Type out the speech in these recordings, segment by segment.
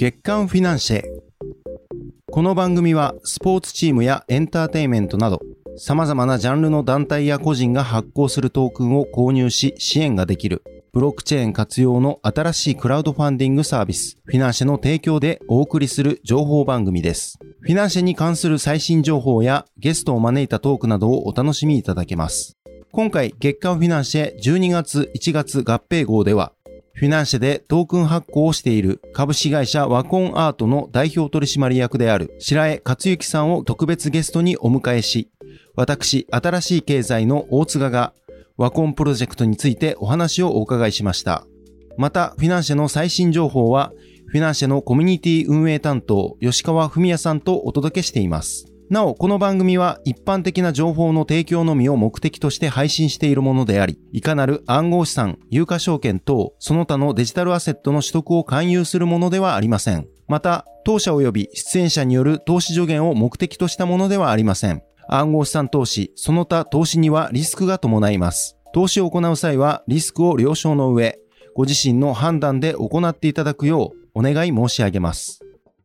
月刊フィナンシェ。この番組はスポーツチームやエンターテインメントなど様々なジャンルの団体や個人が発行するトークンを購入し支援ができるブロックチェーン活用の新しいクラウドファンディングサービスフィナンシェの提供でお送りする情報番組です。フィナンシェに関する最新情報やゲストを招いたトークなどをお楽しみいただけます。今回月刊フィナンシェ12月1月合併号ではフィナンシェでトークン発行をしている株式会社ワコンアートの代表取締役である白江克之さんを特別ゲストにお迎えし、私、新しい経済の大塚がワコンプロジェクトについてお話をお伺いしました。また、フィナンシェの最新情報は、フィナンシェのコミュニティ運営担当、吉川文也さんとお届けしています。なお、この番組は一般的な情報の提供のみを目的として配信しているものであり、いかなる暗号資産、有価証券等、その他のデジタルアセットの取得を勧誘するものではありません。また、当社及び出演者による投資助言を目的としたものではありません。暗号資産投資、その他投資にはリスクが伴います。投資を行う際はリスクを了承の上、ご自身の判断で行っていただくようお願い申し上げます。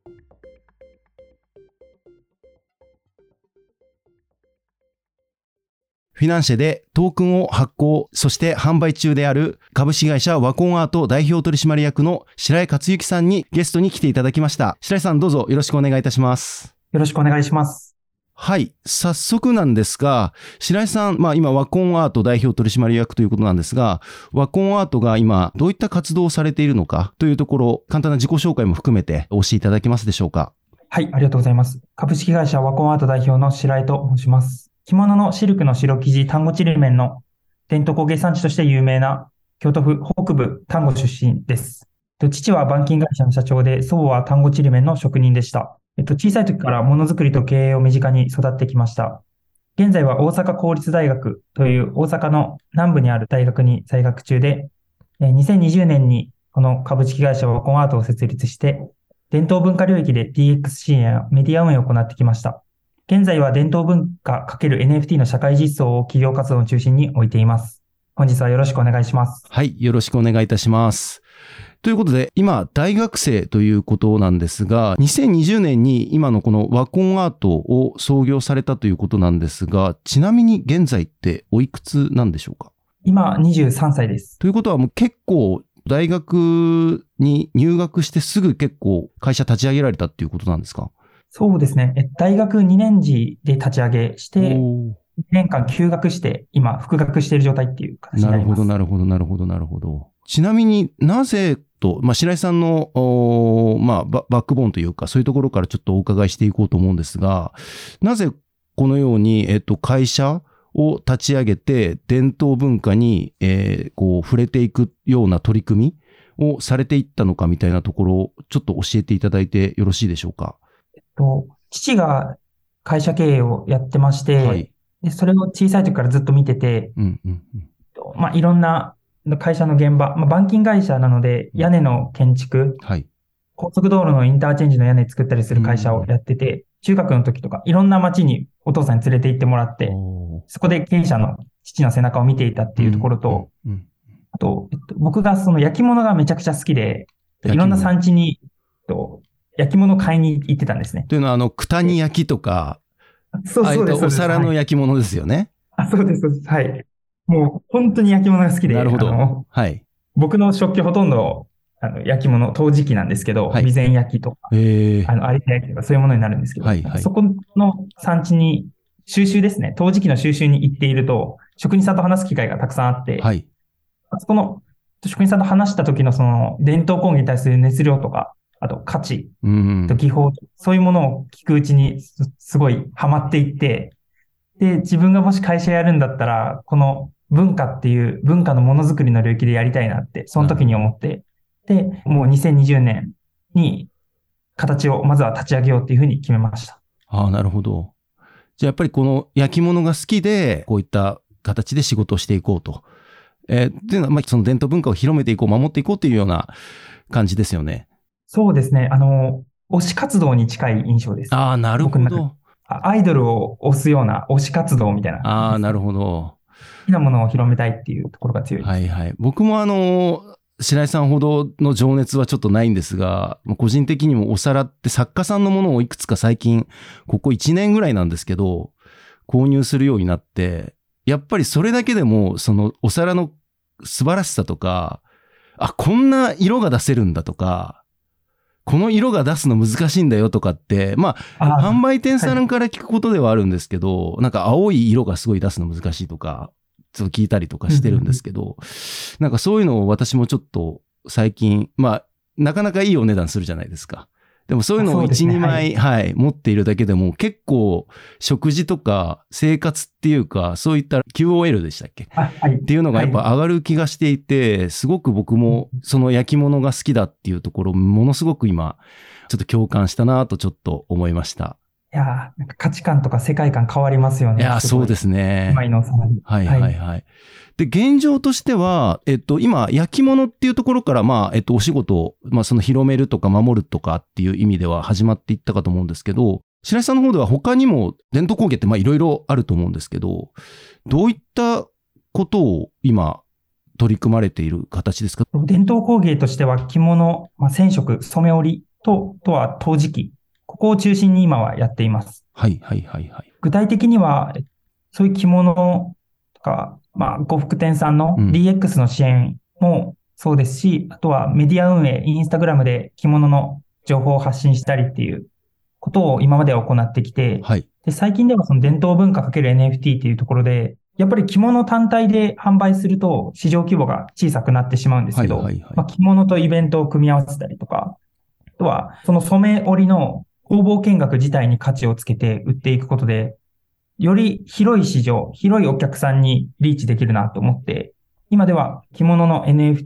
フィナンシェでトークンを発行、そして販売中である株式会社ワコンアート代表取締役の白江克之さんにゲストに来ていただきました。白江さん、どうぞよろしくお願いいたします。 よろしくお願いします。 はい。早速なんですが、白井さん、今ワコンアート代表取締役ということなんですが、ワコンアートが今どういった活動をされているのかというところ、簡単な自己紹介も含めてお教えいただけますでしょうか。 はい、ありがとうございます。株式会社ワコンアート代表の白井と申します。着物のシルクの白生地丹後ちりめんの伝統工芸産地として有名な京都府北部丹後出身です。父は板金会社の社長で、祖母は丹後ちりめんの職人でした。小さい時からものづくりと経営を身近に育ってきました。現在は大阪公立大学という大阪の南部にある大学に在学中で、2020年にこの株式会社ワコンアートを設立して、伝統文化領域で DX 支援やメディア運営を行ってきました。現在は伝統文化×NFT の社会実装を企業活動を中心に置いています。本日はよろしくお願いします。 はい、よろしくお願いいたします。ということで、今、大学生ということなんですが、2020年に今のこのワコンアートを創業されたということなんですが、ちなみに現在っておいくつなんでしょうか？ 今、23歳です。 ということはもう結構、大学に入学してすぐ結構会社立ち上げられたっていうことなんですか？ そうですね。大学2年次で立ち上げして、1年間休学して、今、復学している状態っていう形になります。 なるほど。ちなみになぜと、白井さんの、バックボーンというか、そういうところからちょっとお伺いしていこうと思うんですが、なぜこのように、会社を立ち上げて、伝統文化に、触れていくような取り組みをされていったのかみたいなところを、ちょっと教えていただいてよろしいでしょうか。 父が会社経営をやってまして、はい、でそれを小さい時からずっと見てて、いろんな会社の現場、板金会社なので屋根の建築、 はい、 高速道路のインターチェンジの屋根作ったりする会社をやってて、中学の時とかいろんな街にお父さんに連れて行ってもらって、そこで経営者の父の背中を見ていたっていうところと、あと、僕がその焼き物がめちゃくちゃ好きで、いろんな産地に、焼き物買いに行ってたんですね。 というのは、九谷焼とか、 そうです。 お皿の焼き物ですよね。 そうです。はい。もう、本当に焼き物が好きで。 なるほど。はい。 僕の食器ほとんど、焼き物、陶磁器なんですけど、備前焼きとか、有田焼きとか、そういうものになるんですけど、そこの産地に、収集ですね。陶磁器の収集に行っていると、職人さんと話す機会がたくさんあって、そこの職人さんと話した時のその、伝統工芸に対する熱量とか、あと価値と技法、そういうものを聞くうちにすごいハマっていって、で、自分がもし会社やるんだったら、この文化っていう文化のものづくりの領域でやりたいなって、その時に思って、で、もう2020年に形をまずは立ち上げようっていうふうに決めました。 なるほど。じゃあやっぱりこの焼き物が好きで、こういった形で仕事をしていこうと。っていうのは、その伝統文化を広めていこう、守っていこうというような感じですよね。 そうですね。推し活動に近い印象です。 なるほど。 アイドルを推すような推し活動みたいな。 なるほど。 好きなものを広めたいっていうところが強いです。 はいはい。僕も白井さんほどの情熱はちょっとないんですが、個人的にもお皿って作家さんのものをいくつか最近、ここ1年ぐらいなんですけど、購入するようになって、やっぱりそれだけでも、そのお皿の素晴らしさとか、あ、こんな色が出せるんだとか、この色が出すの難しいんだよとかって、販売店さんから聞くことではあるんですけど、なんか青い色がすごい出すの難しいとか、ちょっと聞いたりとかしてるんですけど、なんかそういうのを私もちょっと最近、なかなかいいお値段するじゃないですか。でもそういうのを1、2枚、持っているだけでも結構食事とか生活っていうか、そういった QOL でしたっけ、っていうのがやっぱ上がる気がしていて、すごく僕もその焼き物が好きだっていうところ、ものすごく今、ちょっと共感したなとちょっと思いました。 いやなんか価値観とか世界観変わりますよね。 いや、そうですね。 今のお皿に。 で、現状としては、今、焼き物っていうところから、お仕事を、その広めるとか守るとかっていう意味では始まっていったかと思うんですけど、白井さんの方では他にも伝統工芸っていろいろあると思うんですけど、どういったことを今、取り組まれている形ですか？ 伝統工芸としては着物、染色、染め織りとは陶磁器。ここを中心に今はやっています。具体的には、そういう着物とか、呉服店さんの DX の支援もそうですし、あとはメディア運営、インスタグラムで着物の情報を発信したりっていうことを今までは行ってきて、で最近ではその伝統文化× NFT っていうところで、やっぱり着物単体で販売すると市場規模が小さくなってしまうんですけど、着物とイベントを組み合わせたりとか、あとはその染め織りの工房見学自体に価値をつけて売っていくことで、より広い市場、広いお客さんにリーチできるなと思って、今では着物の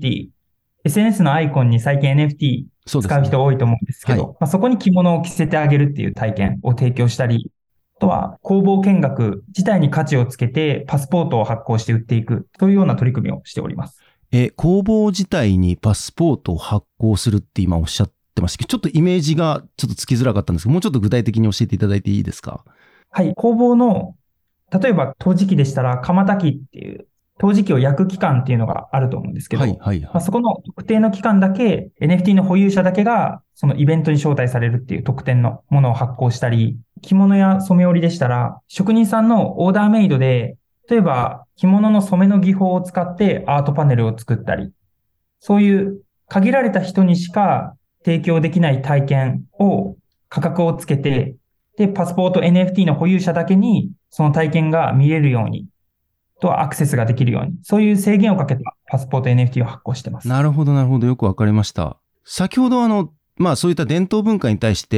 NFT、SNS のアイコンに最近 NFT 使う人多いと思うんですけど、そこに着物を着せてあげるっていう体験を提供したり、あとは工房見学自体に価値をつけてパスポートを発行して売っていくというような取り組みをしております。 工房自体にパスポートを発行するって今おっしゃってましたけど、ちょっとイメージがちょっとつきづらかったんですけど、もうちょっと具体的に教えていただいていいですか？ はい。工房の、例えば陶磁器でしたら、窯焚きっていう陶磁器を焼く期間っていうのがあると思うんですけど、そこの特定の期間だけ NFT の保有者だけがそのイベントに招待されるっていう特典のものを発行したり、着物や染め織りでしたら、職人さんのオーダーメイドで、例えば着物の染めの技法を使ってアートパネルを作ったり、そういう限られた人にしか提供できない体験を価格をつけて、で、パスポート NFT の保有者だけにその体験が見れるように、とアクセスができるように、そういう制限をかけたパスポート NFT を発行してます。 なるほど、なるほど。よくわかりました。先ほどそういった伝統文化に対して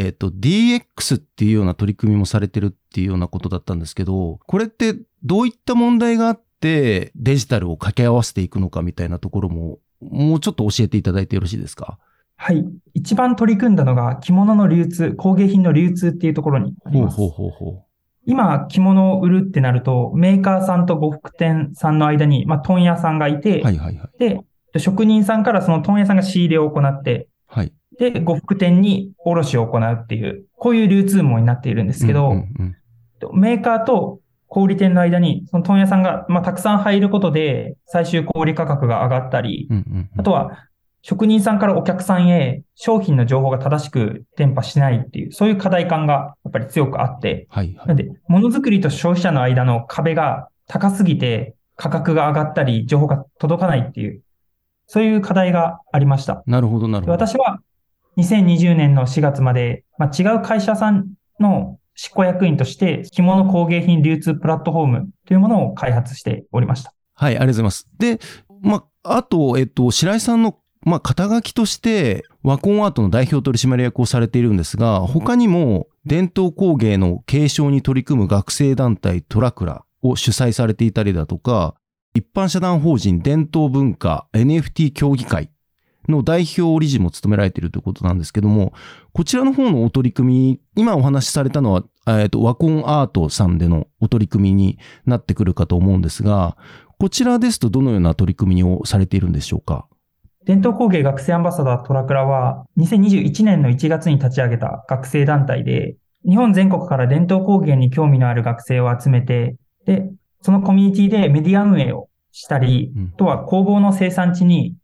、DX っていうような取り組みもされてるっていうようなことだったんですけど、これってどういった問題があってデジタルを掛け合わせていくのかみたいなところも、もうちょっと教えていただいてよろしいですか？ はい。一番取り組んだのが着物の流通、工芸品の流通っていうところにあります。今、着物を売るってなると、メーカーさんと呉服店さんの間に、問屋さんがいて、で、職人さんからその問屋さんが仕入れを行って、で、呉服店に卸を行うっていう、こういう流通網になっているんですけど、メーカーと小売店の間に、その問屋さんが、たくさん入ることで、最終小売価格が上がったり、あとは、職人さんからお客さんへ商品の情報が正しく伝播しないっていう、そういう課題感がやっぱり強くあって、なので、ものづくりと消費者の間の壁が高すぎて価格が上がったり、情報が届かないっていう、そういう課題がありました。 なるほど、なるほど。 私は2020年の4月まで、違う会社さんの執行役員として着物工芸品流通プラットフォームというものを開発しておりました。 はい、ありがとうございます。で、あと、白井さんの肩書きとしてワコンアートの代表取締役をされているんですが、他にも伝統工芸の継承に取り組む学生団体トラクラを主催されていたりだとか、一般社団法人伝統文化 NFT 協議会の代表理事も務められているということなんですけども、こちらの方のお取り組み、今お話しされたのは、ワコンアートさんでのお取り組みになってくるかと思うんですが、こちらですとどのような取り組みをされているんでしょうか？ 伝統工芸学生アンバサダートラクラは2021年の1月に立ち上げた学生団体で、日本全国から伝統工芸に興味のある学生を集めて、で、そのコミュニティでメディア運営をしたり、あとは工房の生産地に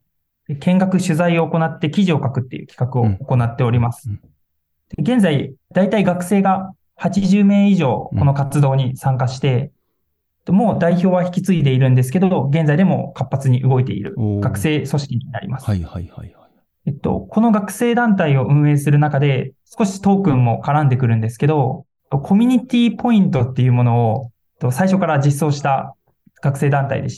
見学取材を行って記事を書くっていう企画を行っております。で現在、だいたい学生が80名以上この活動に参加して、もう代表は引き継いでいるんですけど、現在でも活発に動いている学生組織になります。 はいはいはいはい。 この学生団体を運営する中で、少しトークンも絡んでくるんですけど、コミュニティポイントっていうものを最初から実装した学生団体でして、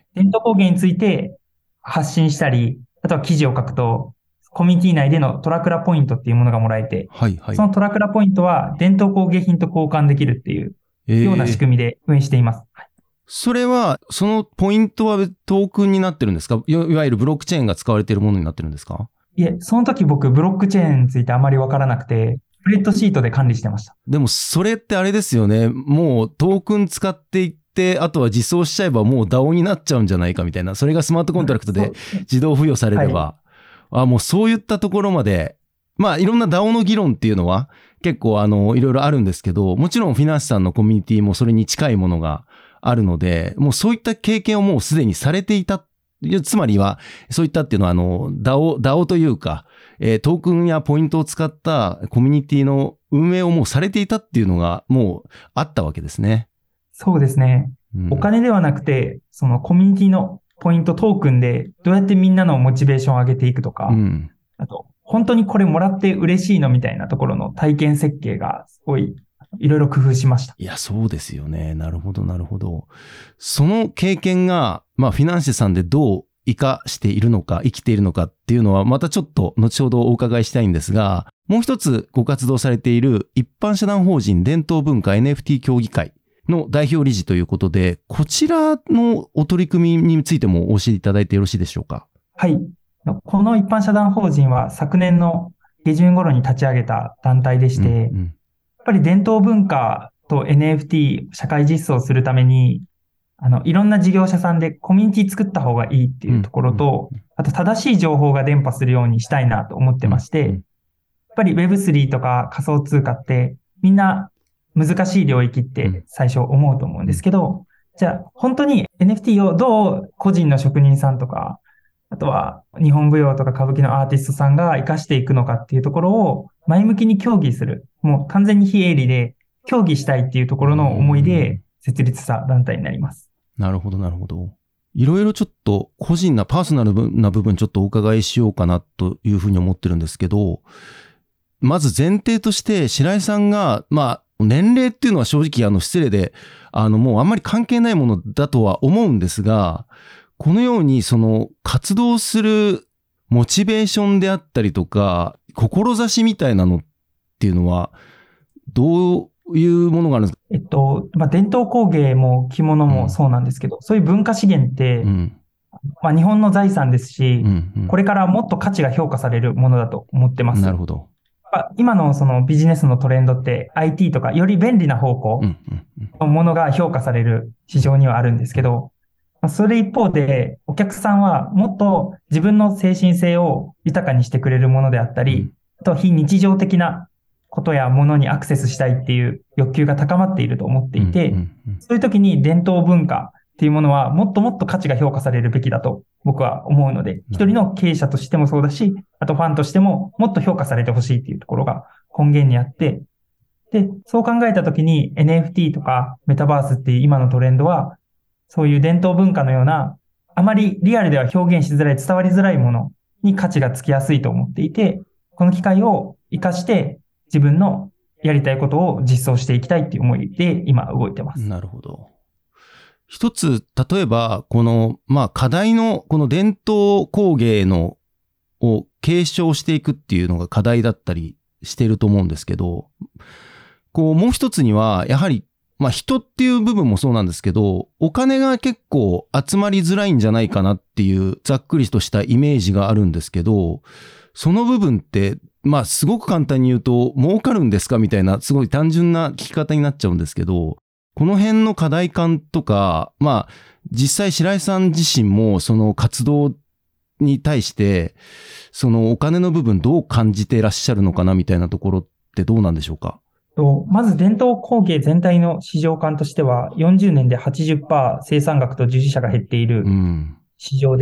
伝統工芸について発信したり、あとは記事を書くと、コミュニティ内でのトラクラポイントっていうものがもらえて、 はいはい、 そのトラクラポイントは伝統工芸品と交換できるっていうような仕組みで運営しています。 それは、そのポイントはトークンになってるんですか？いわゆるブロックチェーンが使われているものになってるんですか？ いえ、その時僕ブロックチェーンについてあまりわからなくて、スプレッドシートで管理してました。 でもそれってあれですよね。もうトークン使っていって、あとは実装しちゃえばもう DAO になっちゃうんじゃないかみたいな。それがスマートコントラクトで自動付与されれば。もうそういったところまで、まあいろんな DAO の議論っていうのは結構いろいろあるんですけど、もちろんフィナンシさんのコミュニティもそれに近いものがあるので、もうそういった経験をもうすでにされていた。つまりは、そういったっていうのはDAO というか、トークンやポイントを使ったコミュニティの運営をもうされていたっていうのがもうあったわけですね。 そうですね。お金ではなくて、そのコミュニティのポイントトークンでどうやってみんなのモチベーションを上げていくとか、あと、本当にこれもらって嬉しいのみたいなところの体験設計がすごいいろいろ工夫しました。 いや、そうですよね。なるほど、なるほど。その経験が、まあ、フィナンシェさんでどう生かしているのか、生きているのかっていうのは、またちょっと後ほどお伺いしたいんですが、もう一つご活動されている一般社団法人伝統文化 NFT 協議会の代表理事ということで、こちらのお取り組みについてもお教えていただいてよろしいでしょうか？ はい。この一般社団法人は昨年の下旬頃に立ち上げた団体でして、やっぱり伝統文化と NFT 社会実装するために、いろんな事業者さんでコミュニティ作った方がいいっていうところと、あと正しい情報が伝播するようにしたいなと思ってまして、やっぱり Web3 とか仮想通貨ってみんな難しい領域って最初思うと思うんですけど、じゃあ本当に NFT をどう個人の職人さんとか、あとは日本舞踊とか歌舞伎のアーティストさんが活かしていくのかっていうところを前向きに協議する。もう完全に非営利で協議したいっていうところの思いで設立した団体になります。 なるほど、なるほど。いろいろちょっと個人なパーソナルな部分ちょっとお伺いしようかなというふうに思ってるんですけど、まず前提として白井さんが、まあ年齢っていうのは正直失礼で、もうあんまり関係ないものだとは思うんですが、このようにその活動するモチベーションであったりとか、志みたいなのっていうのは、どういうものがあるんですか？ まあ、伝統工芸も着物もそうなんですけど、そういう文化資源って、まあ、日本の財産ですし、これからもっと価値が評価されるものだと思ってます。 なるほど。 今のそのビジネスのトレンドって IT とかより便利な方向のものが評価される市場にはあるんですけど、それ一方でお客さんはもっと自分の精神性を豊かにしてくれるものであったり、あとは非日常的なことやものにアクセスしたいっていう欲求が高まっていると思っていて、そういう時に伝統文化っていうものはもっともっと価値が評価されるべきだと僕は思うので、一人の経営者としてもそうだし、あとファンとしてももっと評価されてほしいっていうところが根源にあって、で、そう考えた時に NFT とかメタバースっていう今のトレンドは、そういう伝統文化のような、あまりリアルでは表現しづらい、伝わりづらいものに価値がつきやすいと思っていて、この機会を活かして自分のやりたいことを実装していきたいっていう思いで今動いてます。 なるほど。一つ、例えば、この、まあ課題の、この伝統工芸のを継承していくっていうのが課題だったりしてると思うんですけど、こうもう一つには、やはり、まあ人っていう部分もそうなんですけど、お金が結構集まりづらいんじゃないかなっていうざっくりとしたイメージがあるんですけど、その部分って、まあすごく簡単に言うと、儲かるんですかみたいな、すごい単純な聞き方になっちゃうんですけど、この辺の課題感とか、まあ実際白井さん自身もその活動に対して、そのお金の部分どう感じていらっしゃるのかなみたいなところってどうなんでしょうか？ まず伝統工芸全体の市場感としては40年で 80% 生産額と従事者が減っている市場で、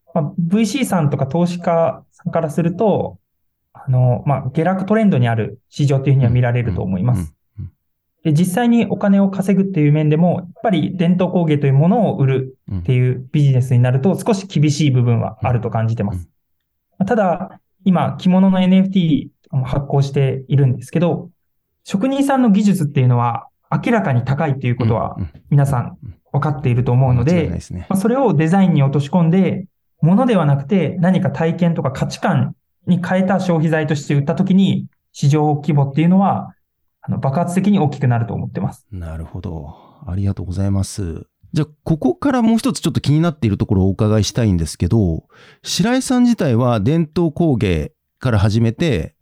VC さんとか投資家さんからすると、下落トレンドにある市場というふうには見られると思います。で、実際にお金を稼ぐっていう面でも、やっぱり伝統工芸というものを売るっていうビジネスになると少し厳しい部分はあると感じてます。ただ、今、着物の NFT も発行しているんですけど、職人さんの技術っていうのは明らかに高いっていうことは皆さん分かっていると思うので、それをデザインに落とし込んで、物ではなくて何か体験とか価値観に変えた消費財として売ったときに、市場規模っていうのは爆発的に大きくなると思ってます。 なるほど。ありがとうございます。じゃあ、ここからもう一つちょっと気になっているところをお伺いしたいんですけど、白井さん自体は伝統工芸から始めて、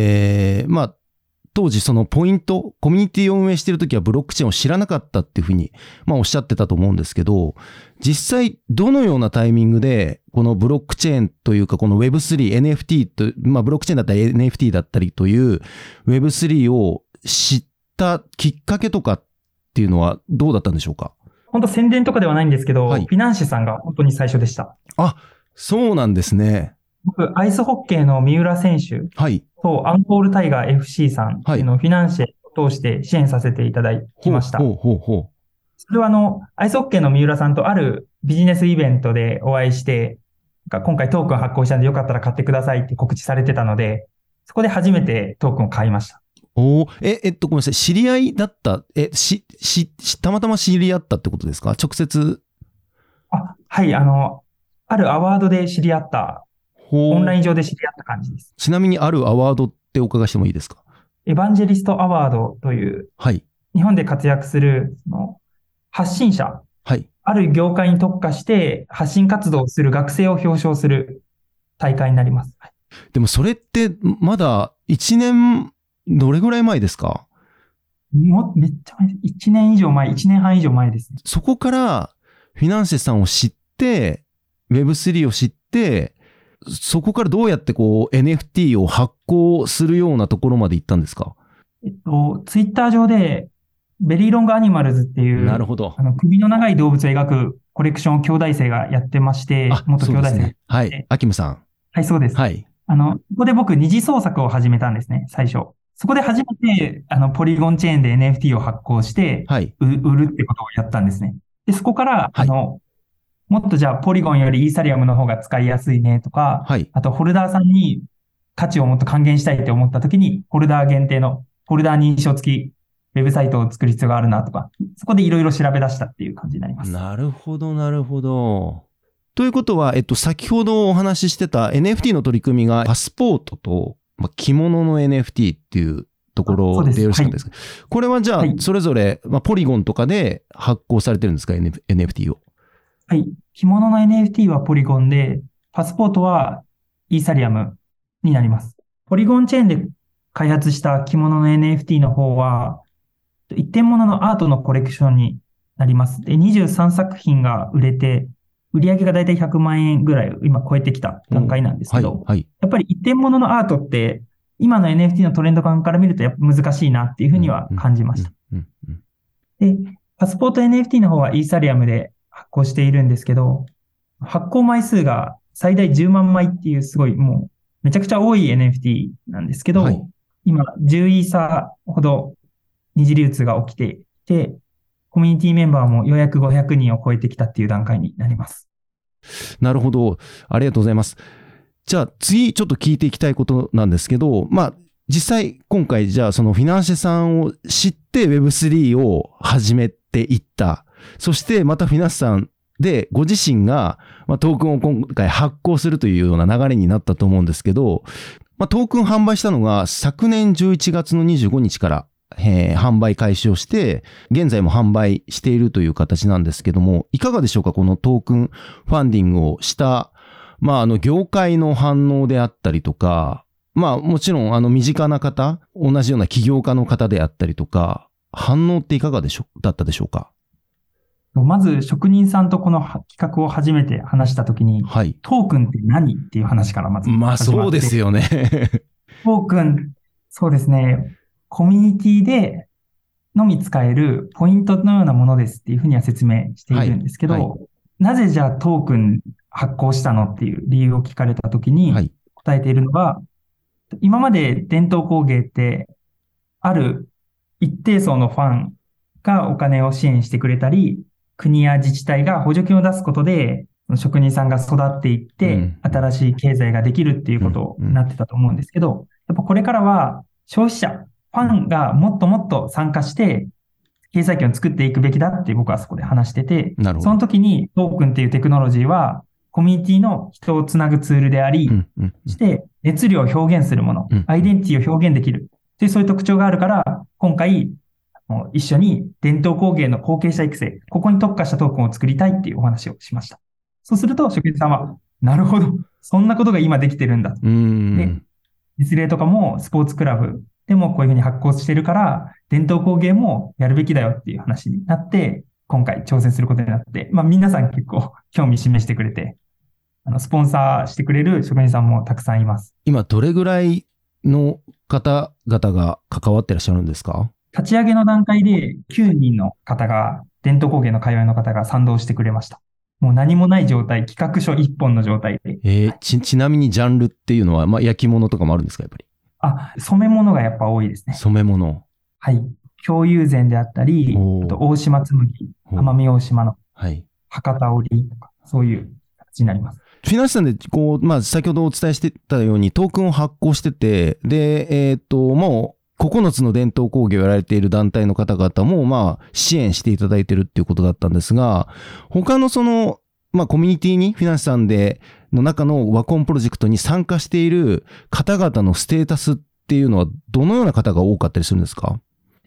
当時そのポイント、コミュニティを運営しているときはブロックチェーンを知らなかったっていうふうに、おっしゃってたと思うんですけど、実際どのようなタイミングで、このブロックチェーンというか、この Web3、NFT と、ブロックチェーンだったり NFT だったりという Web3 を知ったきっかけとかっていうのはどうだったんでしょうか？ 本当宣伝とかではないんですけど、フィナンシェさんが本当に最初でした。 あ、そうなんですね。 僕、アイスホッケーの三浦選手とアンコールタイガー FC さんっていうのをフィナンシェを通して支援させていただきました。それはアイスホッケーの三浦さんとあるビジネスイベントでお会いして、今回トークン発行したんでよかったら買ってくださいって告知されてたので、そこで初めてトークンを買いました。 ごめんなさい。知り合いだった、たまたま知り合ったってことですか？直接。 はい、あるアワードで知り合った、オンライン上で知り合った感じです。 ちなみにあるアワードってお伺いしてもいいですか？ エヴァンジェリストアワードという、日本で活躍する発信者、ある業界に特化して発信活動をする学生を表彰する大会になります。 でもそれってまだ1年、どれぐらい前ですか？ めっちゃ前、1年以上前、1年半以上前ですね。 そこからフィナンシェさんを知って、Web3 を知って、そこからどうやってNFT を発行するようなところまで行ったんですか？ ツイッター上で、ベリーロングアニマルズっていう、 なるほど。 首の長い動物を描くコレクションを兄弟生がやってまして、元兄弟生、ね。 はい。アキムさん。 はい、そうです。 はい。 ここで僕二次創作を始めたんですね、最初。そこで初めて、ポリゴンチェーンで NFT を発行して、売るってことをやったんですね。で、そこから、もっとじゃあ、ポリゴンよりイーサリアムの方が使いやすいねとか、あと、ホルダーさんに価値をもっと還元したいって思ったときに、ホルダー限定の、ホルダー認証付きウェブサイトを作る必要があるなとか、そこでいろいろ調べ出したっていう感じになります。 なるほど、なるほど。ということは、先ほどお話ししてた NFT の取り組みがパスポートと、着物の NFT っていうところでよろしかったですか？これはじゃあ、それぞれ、ポリゴンとかで発行されてるんですか？ NFT を。 はい。着物の NFT はポリゴンで、パスポートはイーサリアムになります。ポリゴンチェーンで開発した着物の NFT の方は、一点物のアートのコレクションになります。で、23作品が売れて、売上がだいたい100万円ぐらい今超えてきた段階なんですけど、やっぱり一点物のアートって、今の NFT のトレンド感から見るとやっぱ難しいなっていうふうには感じました。で、パスポート NFT の方はイーサリアムで発行しているんですけど、発行枚数が最大10万枚っていうすごいもうめちゃくちゃ多い NFT なんですけど、今10イーサほど二次流通が起きていて、コミュニティメンバーもようやく500人を超えてきたっていう段階になります。 なるほど。ありがとうございます。じゃあ次ちょっと聞いていきたいことなんですけど、実際今回じゃあそのフィナンシェさんを知って Web3 を始めていった。そしてまたフィナンシェさんでご自身がトークンを今回発行するというような流れになったと思うんですけど、トークン販売したのが昨年11月の25日から販売開始をして、現在も販売しているという形なんですけども、いかがでしょうか？このトークンファンディングをした、業界の反応であったりとか、もちろん身近な方、同じような起業家の方であったりとか、反応っていかがだったでしょうか？ まず職人さんとこの企画を初めて話したときに、トークンって何っていう話からまず始まって。 そうですよね。 トークン、そうですね。コミュニティでのみ使えるポイントのようなものですっていうふうには説明しているんですけど、なぜじゃあトークン発行したのっていう理由を聞かれたときにはい。 答えているのが、今まで伝統工芸って、ある一定層のファンがお金を支援してくれたり、国や自治体が補助金を出すことで、職人さんが育っていって、新しい経済ができるっていうことになってたと思うんですけど、やっぱこれからは消費者、ファンがもっともっと参加して、経済圏を作っていくべきだって僕はそこで話してて、その時にトークンっていうテクノロジーは、コミュニティの人をつなぐツールであり、して熱量を表現するもの、アイデンティティを表現できるというそういう特徴があるから、今回、一緒に伝統工芸の後継者育成、ここに特化したトークンを作りたいっていうお話をしました。そうすると、職員さんは、なるほど、そんなことが今できてるんだ。で、実例とかもスポーツクラブでもこういうふうに発行してるから、伝統工芸もやるべきだよっていう話になって、今回挑戦することになって、皆さん結構興味示してくれて、スポンサーしてくれる職人さんもたくさんいます。 今、どれぐらいの方々が関わってらっしゃるんですか？ 立ち上げの段階で9人の方が、伝統工芸の界隈の方が賛同してくれました。もう何もない状態、企画書1本の状態で。 ちなみにジャンルっていうのは、焼き物とかもあるんですか、やっぱり。 染め物がやっぱ多いですね。 染め物。 はい。京友禅であったり、あと大島紬、奄美大島の博多織とか、そういう形になります。 フィナンシさんで、先ほどお伝えしてたように、トークンを発行してて、で、もう、9つの伝統工芸をやられている団体の方々も、支援していただいてるっていうことだったんですが、他のコミュニティに、フィナンシさんの中のワコンプロジェクトに参加している方々のステータスっていうのは、どのような方が多かったりするんですか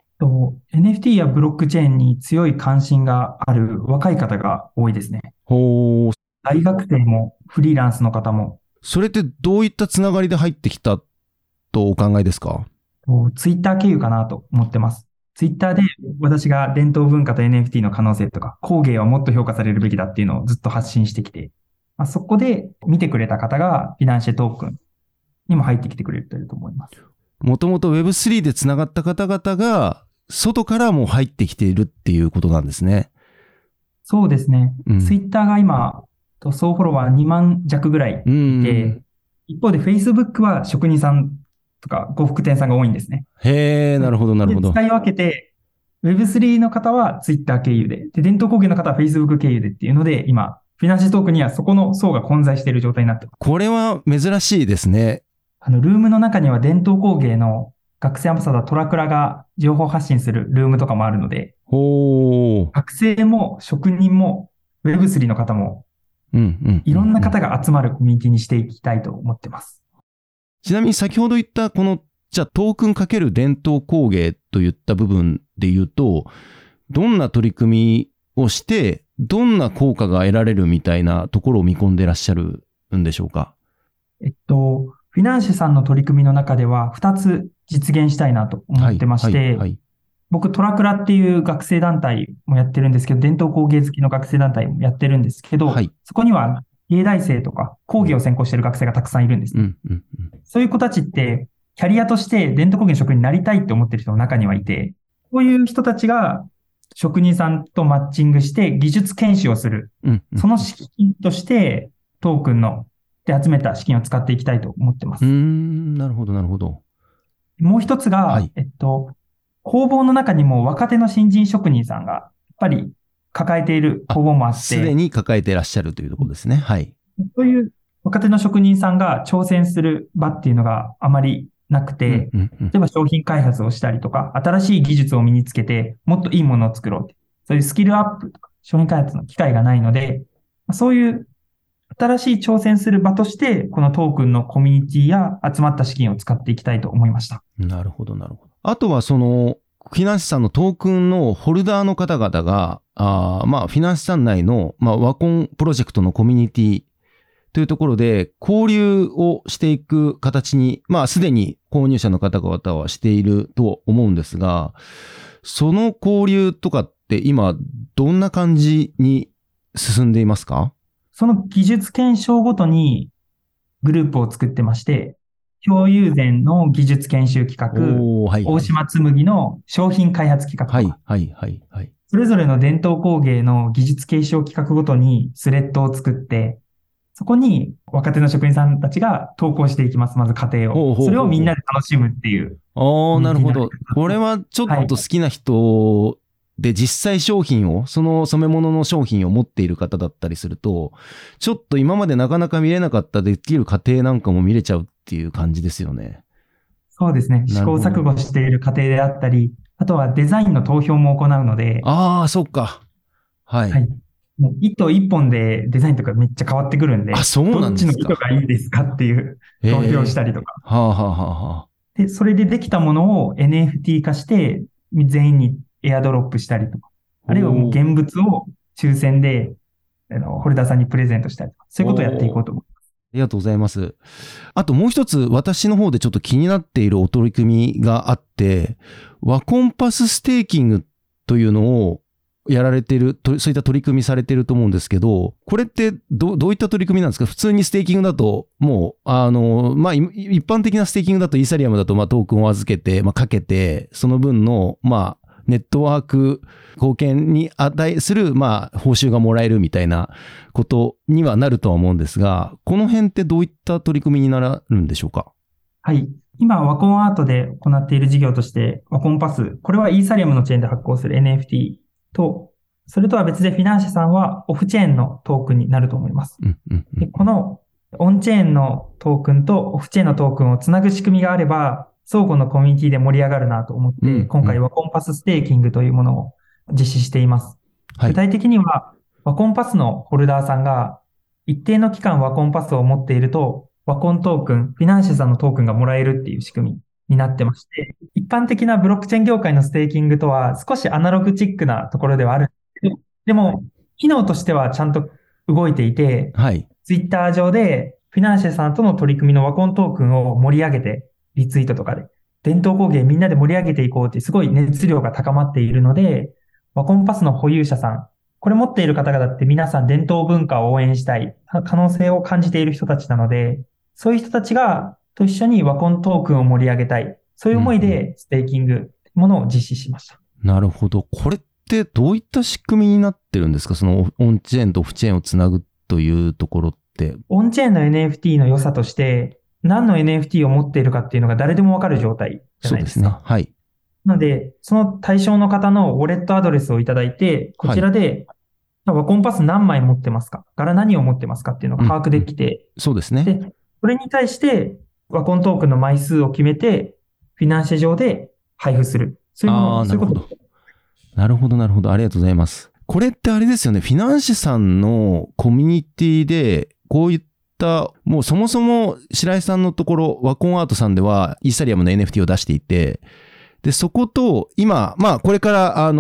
？NFT やブロックチェーンに強い関心がある若い方が多いですね。大学生もフリーランスの方も。 それってどういったつながりで入ってきたとお考えですか？ ツイッター経由かなと思ってます。ツイッターで私が伝統文化と NFT の可能性とか工芸はもっと評価されるべきだっていうのをずっと発信してきて、そこで見てくれた方がフィナンシェトークンにも入ってきてくれてると思います。 もともと Web3 でつながった方々が外からも入ってきているっていうことなんですね。 そうですね。ツイッターが今、総フォロワー2万弱ぐらいいて、一方で Facebook は職人さんとか呉服店さんが多いんですね。 へー、なるほど、なるほど。 使い分けて、Web3 の方は Twitter 経由で、伝統工芸の方は Facebook 経由でっていうので、今、フィナンシェトークにはそこの層が混在している状態になってます。 これは珍しいですね。 ルームの中には伝統工芸の学生アンバサダートラクラが情報発信するルームとかもあるので、学生も職人も Web3 の方も、いろんな方が集まるコミュニティにしていきたいと思ってます。 ちなみに先ほど言ったこの、じゃあトークンかける伝統工芸といった部分で言うと、どんな取り組みをして、どんな効果が得られるみたいなところを見込んでいらっしゃるんでしょうか？ フィナンシェさんの取り組みの中では2つ実現したいなと思ってまして、僕トラクラっていう学生団体もやってるんですけど、伝統工芸好きの学生団体もやってるんですけど、そこには芸大生とか工芸を専攻している学生がたくさんいるんですね。そういう子たちってキャリアとして伝統工芸の職人になりたいって思ってる人の中にはいて、こういう人たちが職人さんとマッチングして技術研修をする。その資金としてトークンので集めた資金を使っていきたいと思ってます。 なるほど、なるほど。 もう一つが、工房の中にも若手の新人職人さんがやっぱり抱えている工房もあって。 すでに抱えていらっしゃるというところですね。はい。 そういう若手の職人さんが挑戦する場っていうのがあまりなくて、例えば商品開発をしたりとか、新しい技術を身につけてもっといいものを作ろうって。そういうスキルアップとか商品開発の機会がないので、そういう新しい挑戦する場として、このトークンのコミュニティや集まった資金を使っていきたいと思いました。 なるほど、なるほど。あとはフィナンシさんのトークンのホルダーの方々が、フィナンシさん内の、ワコンプロジェクトのコミュニティというところで交流をしていく形に、すでに購入者の方々はしていると思うんですが、その交流とかって今どんな感じに進んでいますか？ その技術検証ごとにグループを作ってまして、京友禅の技術研修企画、大島紬の商品開発企画とか、それぞれの伝統工芸の技術継承企画ごとにスレッドを作って、 そこに若手の職員さんたちが投稿していきます。まず過程を。 ほうほうほうほう。 それをみんなで楽しむっていうコミュなるほど。 ニティになってます。 これはちょっはい。 と好きな人で実際商品を、その染め物の商品を持っている方だったりすると、ちょっと今までなかなか見れなかったできる過程なんかも見れちゃうっていう感じですよね。 そうですね。試行なるほど。 錯誤している過程であったり、あとはデザインの投票も行うので、 ああ、そっか。はい。 はい。もう糸一本でデザインとかめっちゃ変わってくるんあ、 で、 そうなどっちのんですか。 糸がいいですかっていう投票をええ。 したりとか。 はあはあはあはあ。 で、それでできたものを NFT 化して、全員にエアドロップしたりとか、あるいはもうおー。 現物を抽選で、ホルダーさんにプレゼントしたりとか、そういうことをやっていこおー。 うと思う。 ありがとうございます。あともう一つ私の方でちょっと気になっているお取り組みがあって、ワコンパスステーキングというのをやられている、そういった取り組みされていると思うんですけど、これってどういった取り組みなんですか？普通にステーキングだと、もう、まあ、一般的なステーキングだとイーサリアムだと、まあ、トークンを預けて、まあ、かけて、その分の、まあ、ネットワーク貢献に値する、まあ、報酬がもらえるみたいなことにはなるとは思うんですが、この辺ってどういった取り組みになるんでしょうか？ はい。今、ワコンアートで行っている事業として、ワコンパス、これはイーサリアムのチェーンで発行する NFT と、それとは別でフィナンシェさんはオフチェーンのトークンになると思います。 うんうんうで、 ん。 このオンチェーンのトークンとオフチェーンのトークンをつなぐ仕組みがあれば、相互のコミュニティで盛り上がるなと思って、 うんうん。 今回ワコンパスステーキングというものを実施しています。 はい。 具体的には、ワコンパスのホルダーさんが一定の期間ワコンパスを持っていると、ワコントークン、フィナンシェさんのトークンがもらえるっていう仕組みになってまして、一般的なブロックチェーン業界のステーキングとは少しアナログチックなところではあるんですけど、でも、機能としてはちゃんと動いていて、 はい。 ツイッター上でフィナンシェさんとの取り組みのワコントークンを盛り上げて、リツイートとかで、伝統工芸みんなで盛り上げていこうってすごい熱量が高まっているので、ワコンパスの保有者さん、これ持っている方々って皆さん伝統文化を応援したい、可能性を感じている人たちなので、そういう人たちがと一緒にワコントークンを盛り上げたい、そういう思いうんうん。 でステーキングものを実施しました。 なるほど。これってどういった仕組みになってるんですか？そのオンチェーンとオフチェーンをつなぐというところって。 オンチェーンの NFT の良さとして、何の NFT を持っているかっていうのが誰でもわかる状態じゃそうですね。 ないですか。 はい。 なので、その対象の方のウォレットアドレスをいただいて、こはい。 ちらで、ワコンパス何枚持ってますか、柄何を持ってますかっていうのが把握うんうん。 できて、 そうですね。 で、それに対してワコントークンの枚数を決めて、フィナンシェ上で配布する。そういうもああ、 の、そういうこと。 なるほど。なるほど、なるほど。ありがとうございます。これってあれですよね。フィナンシェさんのコミュニティで、こういった、もうそもそも白井さんのところ、ワコンアートさんではイーサリアムの NFT を出していて、で、そこと今、まあこれから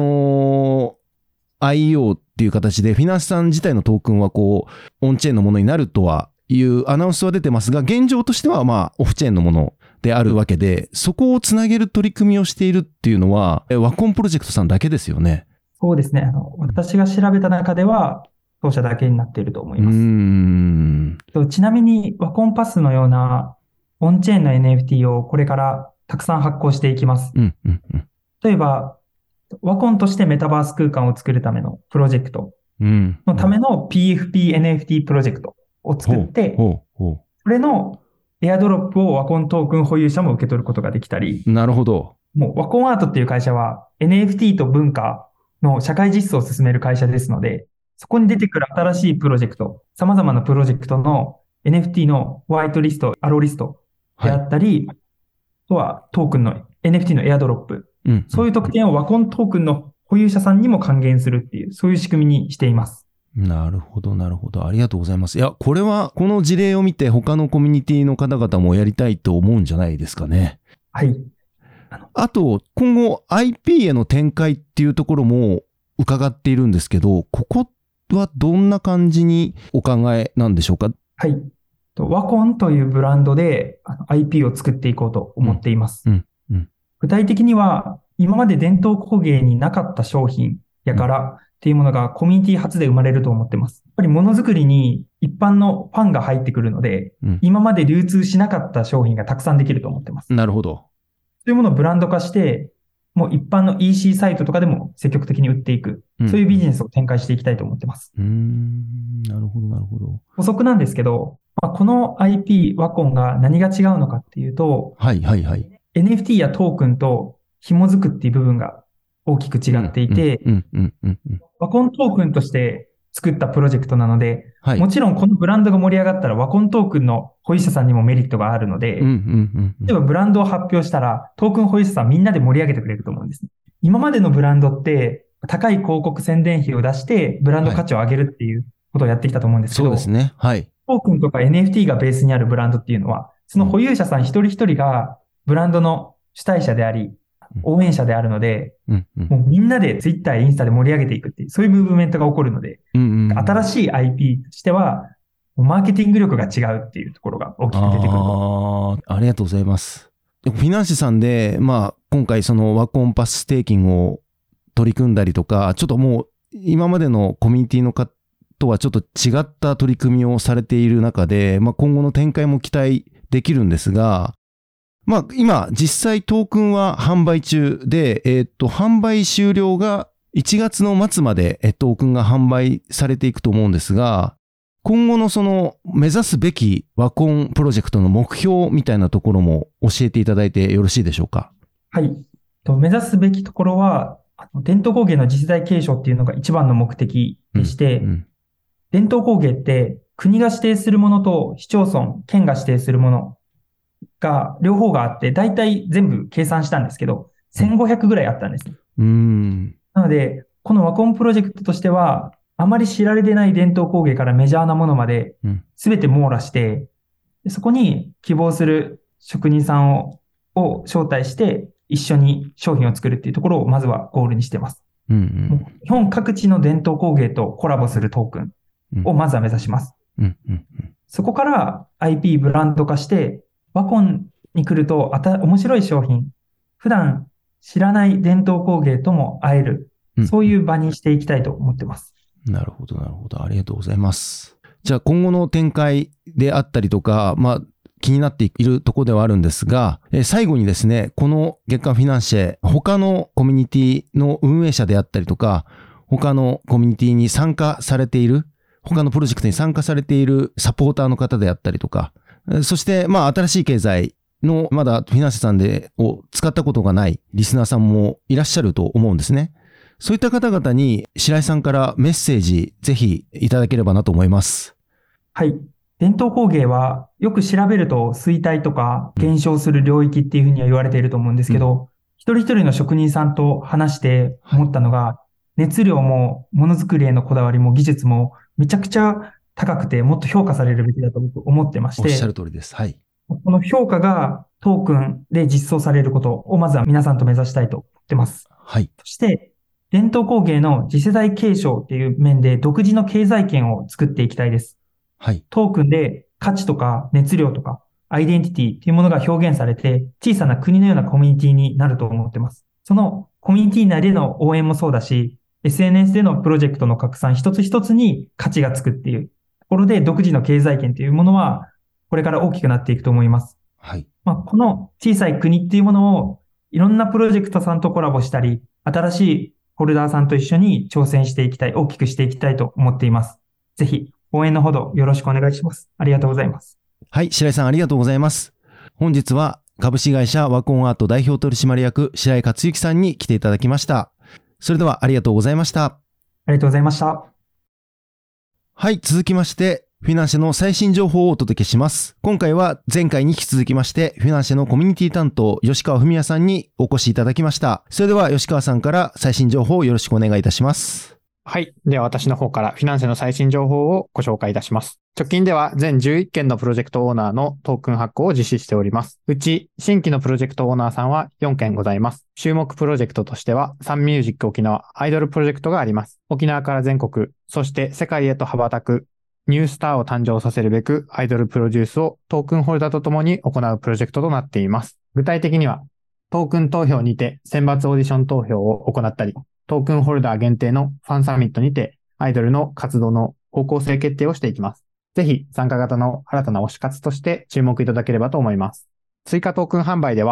、IEO っていう形でフィナンシェさん自体のトークンはこう、オンチェーンのものになるとはいうアナウンスは出てますが、現状としてはまあオフチェーンのものであるわけで、そこをつなげる取り組みをしているっていうのは、ワコンプロジェクトさんだけですよね。 そうですね。私が調べた中では、当社だけになっていると思いうーます。 ん。 ちなみに、ワコンパスのようなオンチェーンの NFT をこれからたくさん発行していきます。 うん、うん、うん。 例えば、ワコンとしてメタバース空間を作るためのプロジェクトうん、 のうん。 ための PFP-NFT プロジェクトを作っほう、 て、 ほう、ほそれのエアドロップをワコントークン保有者も受け取ることができたり、 う。なるほど。 もうワコンアートっていう会社は NFT と文化の社会実装を進める会社ですので、そこに出てくる新しいプロジェクト、様々なプロジェクトの NFT のホワイトリスト、アローリストであはい。 ったり、あとはトークンの NFT のエアドロップ、 うん、うん。 そういう特典をワコントークンの保有者さんにも還元するっていう、そういう仕組みにしています。 なるほど、なるほど。ありがとうございます。いや、これは、この事例を見て、他のコミュニティの方々もやりたいと思うんじゃないですかね。 はい。 あと、今後 IP への展開っていうところも伺っているんですけど、ここはどんな感じにお考えなんでしょうか？ はい。ワコンというブランドでIP を作っていこうと思っうん、 ています。 うん、うん。 具体的には、今まで伝統工芸になかった商品やうん、 柄っていうものがコミュニティ初で生まれると思ってます。やっぱりものづくりに一般のファンが入ってくるので、 うん。 今まで流通しなかった商品がたくさんできると思ってます。 なるほど。 そういうものをブランド化して、 もう一般の EC サイトとかでも積極的に売っていく、そういうビジネスを展開していきたいと思ってます。 なるほど、なるほど。 補足なんですけど、この IP ワコンが何が違うのかっていうと、 はいはいはい。 NFT やトークンと紐づくっていう部分が大きく違っていて、ワコントークンとして作ったプロジェクトなので、 はい、 もちろんこのブランドが盛り上がったらワコントークンの保有者さんにもメリットがあるので、例えばブランドを発表したらトークン保有者さんみんなで盛り上げてくれると思うんですね。今までのブランドって高い広告宣伝費を出してブランド価値を上げるっていうことをやってきたと思うんですけど、 そうですね。はい。 トークンとか NFT がベースにあるブランドっていうのは、その保有者さん一人一人がブランドの主体者であり、応援者であるので、もうみんなで Twitter やインスタで盛り上げていくっていう、そういうムーブメントが起こるので、新しい IP としては、マーケティング力が違うっていうところが大きく出てくると。 ありがとうございます。フィナンシェさんで、今回そのワコンパスステーキングを取り組んだりとか、ちょっともう今までのコミュニティの方とはちょっと違った取り組みをされている中で、今後の展開も期待できるんですが、今実際トークンは販売中で、販売終了が1月の末までトークンが販売されていくと思うんですが、今後のその目指すべきワコンプロジェクトの目標みたいなところも教えていただいてよろしいでしょうか。 はい。目指すべきところは、伝統工芸の次世代継承っていうのが一番の目的でして、伝統工芸って国が指定するものと市町村、県が指定するものが両方があって、だいたい全部計算したんですけど、1500ぐらいあったんですね。なので、このワコンプロジェクトとしては、あまり知られてない伝統工芸からメジャーなものまで、すべて網羅して、そこに希望する職人さんを招待して、一緒に商品を作るっていうところをまずはゴールにしてます。日本各地の伝統工芸とコラボするトークンをまずは目指します。そこから IP ブランド化して、ワコンに来ると面白い商品、普段知らない伝統工芸とも会える、そういう場にしていきたいと思ってます。 なるほど、なるほど。ありがとうございます。じゃあ今後の展開であったりとか、気になっているところではあるんですが、最後にですね、この月刊フィナンシェ、他のコミュニティの運営者であったりとか、他のコミュニティに参加されている、他のプロジェクトに参加されているサポーターの方であったりとか、そして新しい経済のまだフィナンシェさんを使ったことがないリスナーさんもいらっしゃると思うんですね。そういった方々に白井さんからメッセージぜひいただければなと思います。 はい。伝統工芸はよく調べると衰退とか減少する領域っていうふうには言われていると思うんですけど、一人一人の職人さんと話して思ったのが、熱量もものづくりへのこだわりも技術もめちゃくちゃ高くてもっと評価されるべきだと僕思ってまして、 おっしゃる通りです。はい。 この評価がトークンで実装されることをまずは皆さんと目指したいと思ってます。 はい。 そして伝統工芸の次世代継承っていう面で独自の経済圏を作っていきたいです。 はい。 トークンで価値とか熱量とかアイデンティティっていうものが表現されて小さな国のようなコミュニティになると思ってます。そのコミュニティ内での応援もそうだし、SNS でのプロジェクトの拡散一つ一つに価値がつくっていうところで独自の経済圏っていうものはこれから大きくなっていくと思います。 はい。 この小さい国っていうものをいろんなプロジェクトさんとコラボしたり、新しいホルダーさんと一緒に挑戦していきたい、大きくしていきたいと思っています。ぜひ応援のほどよろしくお願いします。ありがとうございます。 はい、白井さんありがとうございます。本日は株式会社ワコンアート代表取締役白井克之さんに来ていただきました。それではありがとうございました。 ありがとうございました。 はい、続きましてフィナンシェの最新情報をお届けします。今回は前回に引き続きましてフィナンシェのコミュニティ担当吉川文也さんにお越しいただきました。それでは吉川さんから最新情報をよろしくお願いいたします。 はい。では私の方からフィナンシェの最新情報をご紹介いたします。直近では全11件のプロジェクトオーナーのトークン発行を実施しております。うち新規のプロジェクトオーナーさんは4件ございます。注目プロジェクトとしてはサンミュージック沖縄アイドルプロジェクトがあります。沖縄から全国、そして世界へと羽ばたくニュースターを誕生させるべくアイドルプロデュースをトークンホルダーとともに行うプロジェクトとなっています。具体的にはトークン投票にて選抜オーディション投票を行ったり、トークンホルダー限定のファンサミットにてアイドルの活動の方向性決定をしていきます。ぜひ参加型の新たな推し活として注目いただければと思います。追加トークン販売では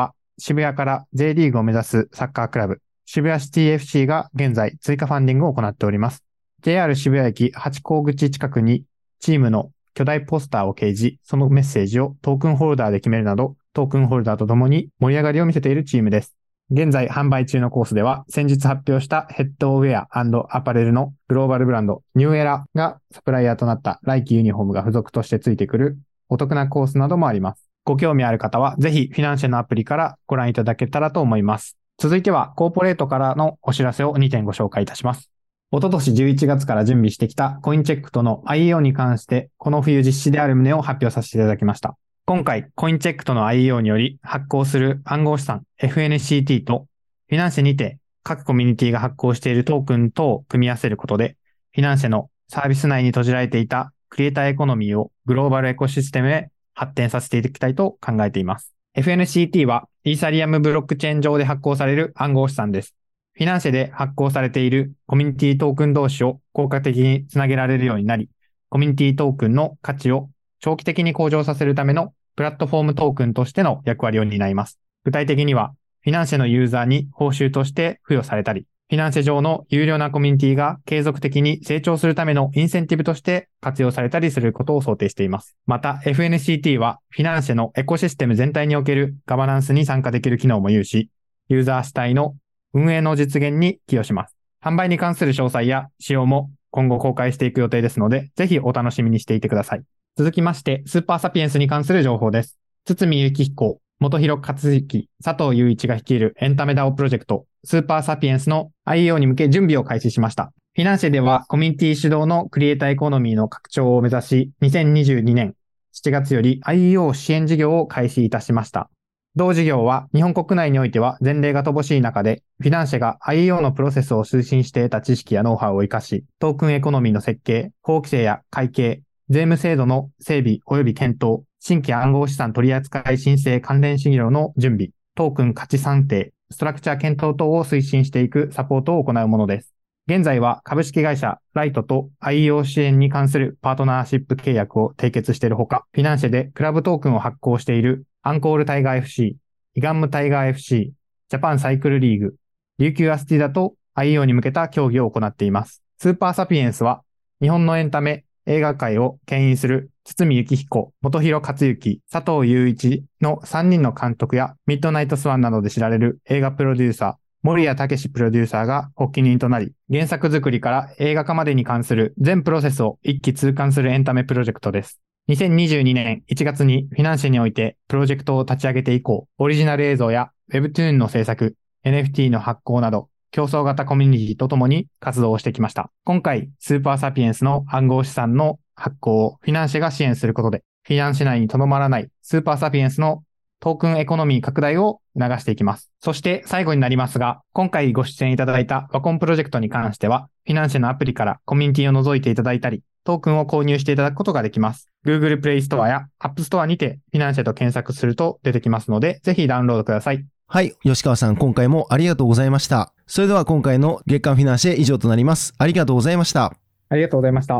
渋谷から J リーグを目指すサッカークラブ、渋谷シティ FC が現在追加ファンディングを行っております。JR 渋谷駅8甲口近くにチームの巨大ポスターを掲示、そのメッセージをトークンホルダーで決めるなど、トークンホルダーとともに盛り上がりを見せているチームです。現在販売中のコースでは、先日発表したヘッドウェア&アパレルのグローバルブランド、ニューエラがサプライヤーとなったライキユニフォームが付属としてついてくるお得なコースなどもあります。ご興味ある方は、ぜひフィナンシェのアプリからご覧いただけたらと思います。続いては、コーポレートからのお知らせを2点ご紹介いたします。おととし11月から準備してきたコインチェックとの IEO に関して、この冬実施である旨を発表させていただきました。今回、コインチェックとの IEO により発行する暗号資産 FNCT とフィナンシェにて各コミュニティが発行しているトークン等を組み合わせることで、フィナンシェのサービス内に閉じられていたクリエイターエコノミーをグローバルエコシステムへ発展させていきたいと考えています。FNCT はイーサリアムブロックチェーン上で発行される暗号資産です。フィナンシェで発行されているコミュニティトークン同士を効果的につなげられるようになり、コミュニティトークンの価値を長期的に向上させるためのプラットフォームトークンとしての役割を担います。具体的には、フィナンシェのユーザーに報酬として付与されたり、フィナンシェ上の有料なコミュニティが継続的に成長するためのインセンティブとして活用されたりすることを想定しています。また FNCT はフィナンシェのエコシステム全体におけるガバナンスに参加できる機能も有し、ユーザー主体の運営の実現に寄与します。販売に関する詳細や仕様も今後公開していく予定ですので、ぜひお楽しみにしていてください。続きまして、スーパーサピエンスに関する情報です。堤幸彦、本広克之、佐藤雄一が率いるエンタメダオプロジェクト、スーパーサピエンスの IEO に向け準備を開始しました。フィナンシェではコミュニティ主導のクリエイターエコノミーの拡張を目指し、2022年7月より IEO 支援事業を開始いたしました。同事業は日本国内においては前例が乏しい中で、フィナンシェが IEO のプロセスを推進して得た知識やノウハウを生かし、トークンエコノミーの設計、法規制や会計、税務制度の整備及び検討、新規暗号資産取扱申請関連資料の準備、トークン価値算定、ストラクチャー検討等を推進していくサポートを行うものです。現在は株式会社ライトと IEO 支援に関するパートナーシップ契約を締結しているほか、フィナンシェでクラブトークンを発行しているアンコールタイガー FC、イガンムタイガー FC、ジャパンサイクルリーグ、琉球アスティダと IEO に向けた協議を行っています。スーパーサピエンスは日本のエンタメ、映画界を牽引する堤幸彦、本広克之、佐藤雄一の3人の監督やミッドナイトスワンなどで知られる映画プロデューサー、森谷武プロデューサーが発起人となり、原作作りから映画化までに関する全プロセスを一気通貫するエンタメプロジェクトです。2022年1月にフィナンシェにおいてプロジェクトを立ち上げて以降、オリジナル映像や Webtoon の制作、NFT の発行など、競争型コミュニティとともに活動をしてきました。今回、スーパーサピエンスの暗号資産の発行をフィナンシェが支援することで、フィナンシェ内にとどまらないスーパーサピエンスのトークンエコノミー拡大を促していきます。そして最後になりますが、今回ご出演いただいたワコンプロジェクトに関しては、フィナンシェのアプリからコミュニティを覗いていただいたり、トークンを購入していただくことができます。Google Play Store や App Store にてフィナンシェと検索すると出てきますので、ぜひダウンロードください。 はい。吉川さん、今回もありがとうございました。それでは今回の月刊フィナンシェ以上となります。ありがとうございました。 ありがとうございました。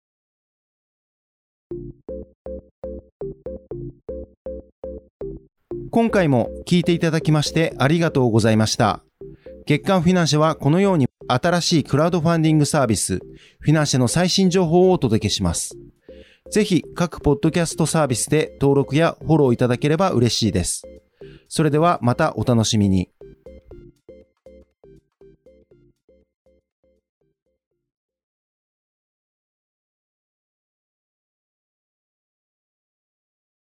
今回も聞いていただきましてありがとうございました。月刊フィナンシェはこのように新しいクラウドファンディングサービス、フィナンシェの最新情報をお届けします。ぜひ各ポッドキャストサービスで登録やフォローいただければ嬉しいです。それではまたお楽しみに。